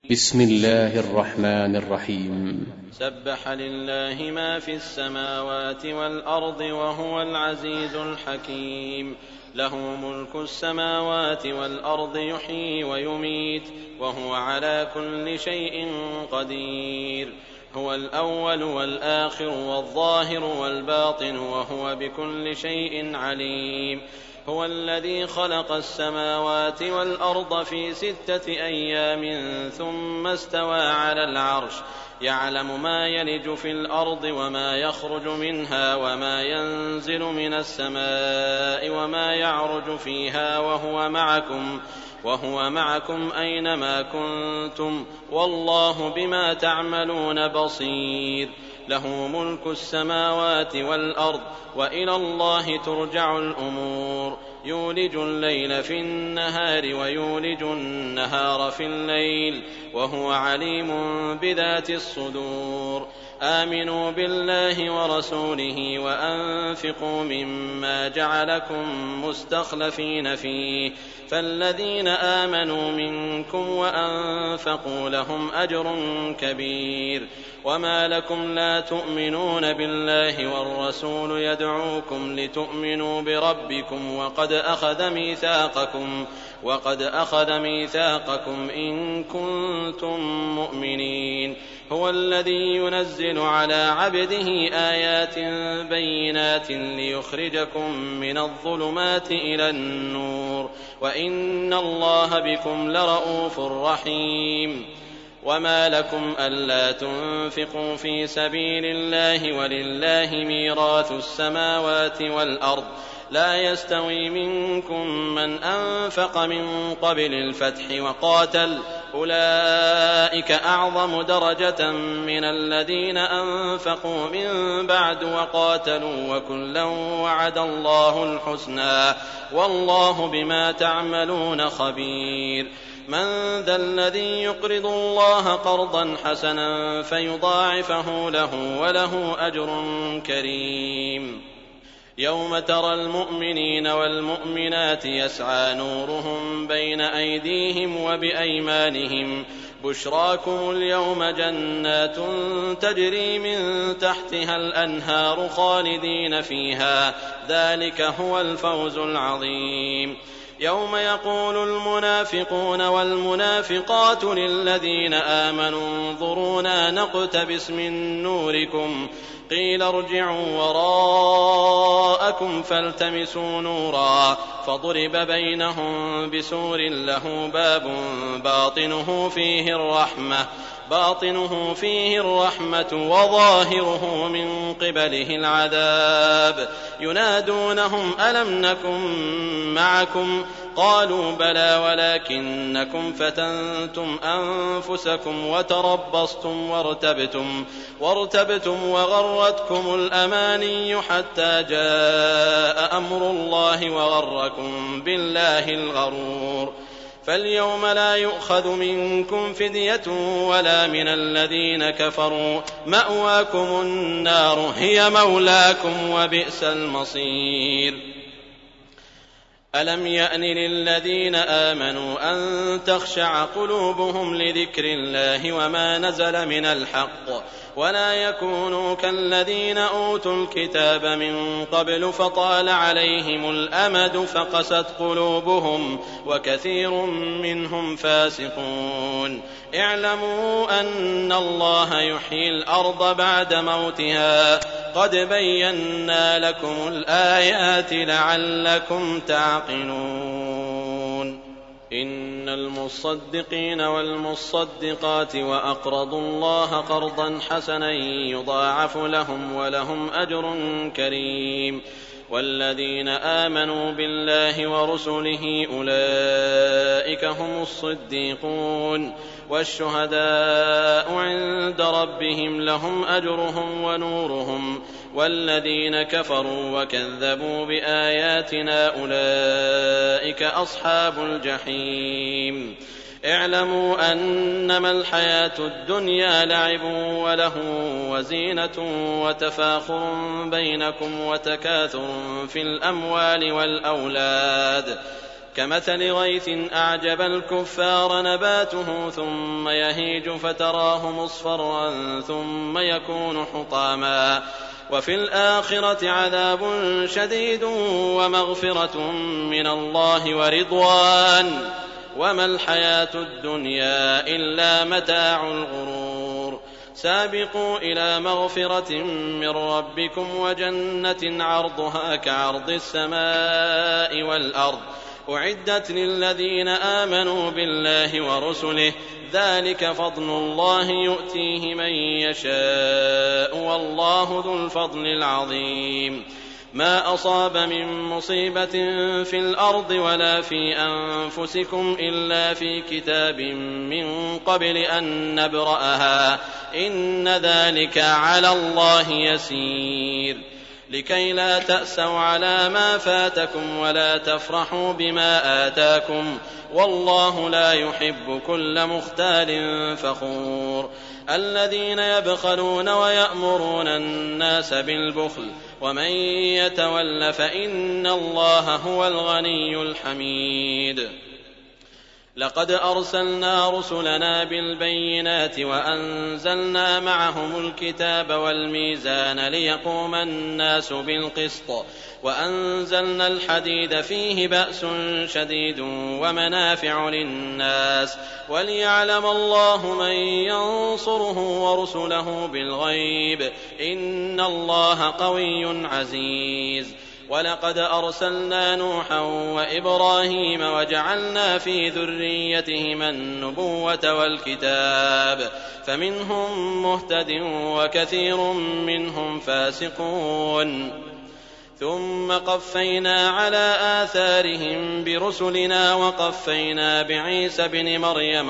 بسم الله الرحمن الرحيم. سبح لله ما في السماوات والأرض وهو العزيز الحكيم. له ملك السماوات والأرض يحيي ويميت وهو على كل شيء قدير. هو الأول والآخر والظاهر والباطن وهو بكل شيء عليم. هو الذي خلق السماوات والأرض في 6 أيام ثم استوى على العرش يعلم ما يلج في الأرض وما يخرج منها وما ينزل من السماء وما يعرج فيها وهو معكم أينما كنتم والله بما تعملون بصير. له ملك السماوات والأرض وإلى الله ترجع الأمور. يولج الليل في النهار ويولج النهار في الليل وهو عليم بذات الصدور. آمنوا بالله ورسوله وأنفقوا مما جعلكم مستخلفين فيه فالذين آمنوا منكم وأنفقوا لهم أجر كبير. وما لكم لا تؤمنون بالله والرسول يدعوكم لتؤمنوا بربكم وقد أخذ ميثاقكم إن كنتم مؤمنين. هو الذي ينزل على عبده آيات بينات ليخرجكم من الظلمات إلى النور وإن الله بكم لرءوف رحيم. وما لكم ألا تنفقوا في سبيل الله ولله ميراث السماوات والأرض لا يستوي منكم من أنفق من قبل الفتح وقاتل أولئك أعظم درجة من الذين أنفقوا من بعد وقاتلوا وكلا وعد الله الحسنى والله بما تعملون خبير. من ذا الذي يقرض الله قرضا حسنا فيضاعفه له وله أجر كريم. يوم ترى المؤمنين والمؤمنات يسعى نورهم بين أيديهم وبأيمانهم بشراكم اليوم جنات تجري من تحتها الأنهار خالدين فيها ذلك هو الفوز العظيم. يوم يقول المنافقون والمنافقات للذين آمنوا انظرونا نقتبس من نوركم قيل ارجعوا وراءكم فالتمسوا نورا فضرب بينهم بسور له باب باطنه فيه الرحمة وظاهره من قبله العذاب. ينادونهم ألم نكن معكم قالوا بلى ولكنكم فتنتم أنفسكم وتربصتم وارتبتم وغرتكم الأماني حتى جاء أمر الله وغركم بالله الغرور. فاليوم لا يؤخذ منكم فدية ولا من الذين كفروا مأواكم النار هي مولاكم وبئس المصير. ألم يأن للذين آمنوا أن تخشع قلوبهم لذكر الله وما نزل من الحق ولا يكونوا كالذين أوتوا الكتاب من قبل فطال عليهم الأمد فقست قلوبهم وكثير منهم فاسقون. اعلموا أن الله يحيي الأرض بعد موتها قد بينا لكم الآيات لعلكم تعقلون. إن المصدقين والمصدقات وأقرضوا الله قرضا حسنا يضاعف لهم ولهم أجر كريم. والذين آمنوا بالله ورسله أولئك هم الصديقون والشهداء عند ربهم لهم أجرهم ونورهم. والذين كفروا وكذبوا بآياتنا أولئك أصحاب الجحيم. اعلموا أنما الحياة الدنيا لعب وله وزينة وتفاخر بينكم وتكاثر في الأموال والأولاد كمثل غيث أعجب الكفار نباته ثم يهيج فتراه مصفرا ثم يكون حطاما وفي الآخرة عذاب شديد ومغفرة من الله ورضوان وما الحياة الدنيا إلا متاع الغرور سابقوا إلى مغفرة من ربكم وجنة عرضها كعرض السماء والأرض أعدت للذين آمنوا بالله ورسله ذلك فضل الله يؤتيه من يشاء والله ذو الفضل العظيم ما أصاب من مصيبة في الأرض ولا في أنفسكم إلا في كتاب من قبل أن نبرأها إن ذلك على الله يسير لكي لا تأسوا على ما فاتكم ولا تفرحوا بما آتاكم والله لا يحب كل مختال فخور الذين يبخلون ويأمرون الناس بالبخل ومن يتول فإن الله هو الغني الحميد لقد أرسلنا رسلنا بالبينات وأنزلنا معهم الكتاب والميزان ليقوم الناس بالقسط وأنزلنا الحديد فيه بأس شديد ومنافع للناس وليعلم الله من ينصره ورسله بالغيب إن الله قوي عزيز ولقد أرسلنا نوحا وإبراهيم وجعلنا في ذريتهما النبوة والكتاب فمنهم مهتد وكثير منهم فاسقون ثم قفينا على آثارهم برسلنا وقفينا بعيسى بن مريم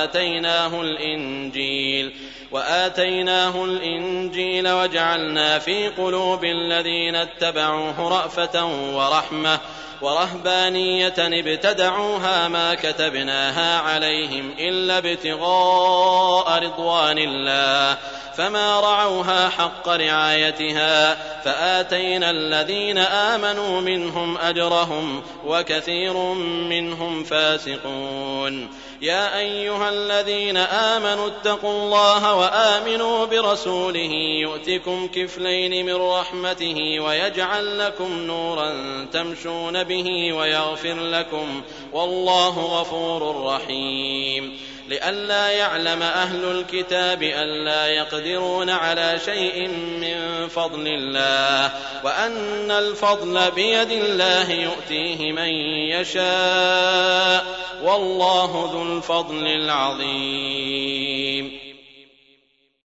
وآتيناه الإنجيل وجعلنا في قلوب الذين اتبعوه رأفة ورحمة ورهبانية ابتدعوها ما كتبناها عليهم إلا ابتغاء رضوان الله فما رعوها حق رعايتها فآتينا الذين آمنوا منهم أجرهم وكثير منهم فاسقون يا أيها الذين آمنوا اتقوا الله وآمنوا برسوله يؤتكم كفلين من رحمته ويجعل لكم نورا تمشون به ويغفر لكم والله غفور رحيم لئلا يعلم أهل الكتاب ألا يقدرون على شيء من فضل الله وأن الفضل بيد الله يؤتيه من يشاء والله ذو الفضل العظيم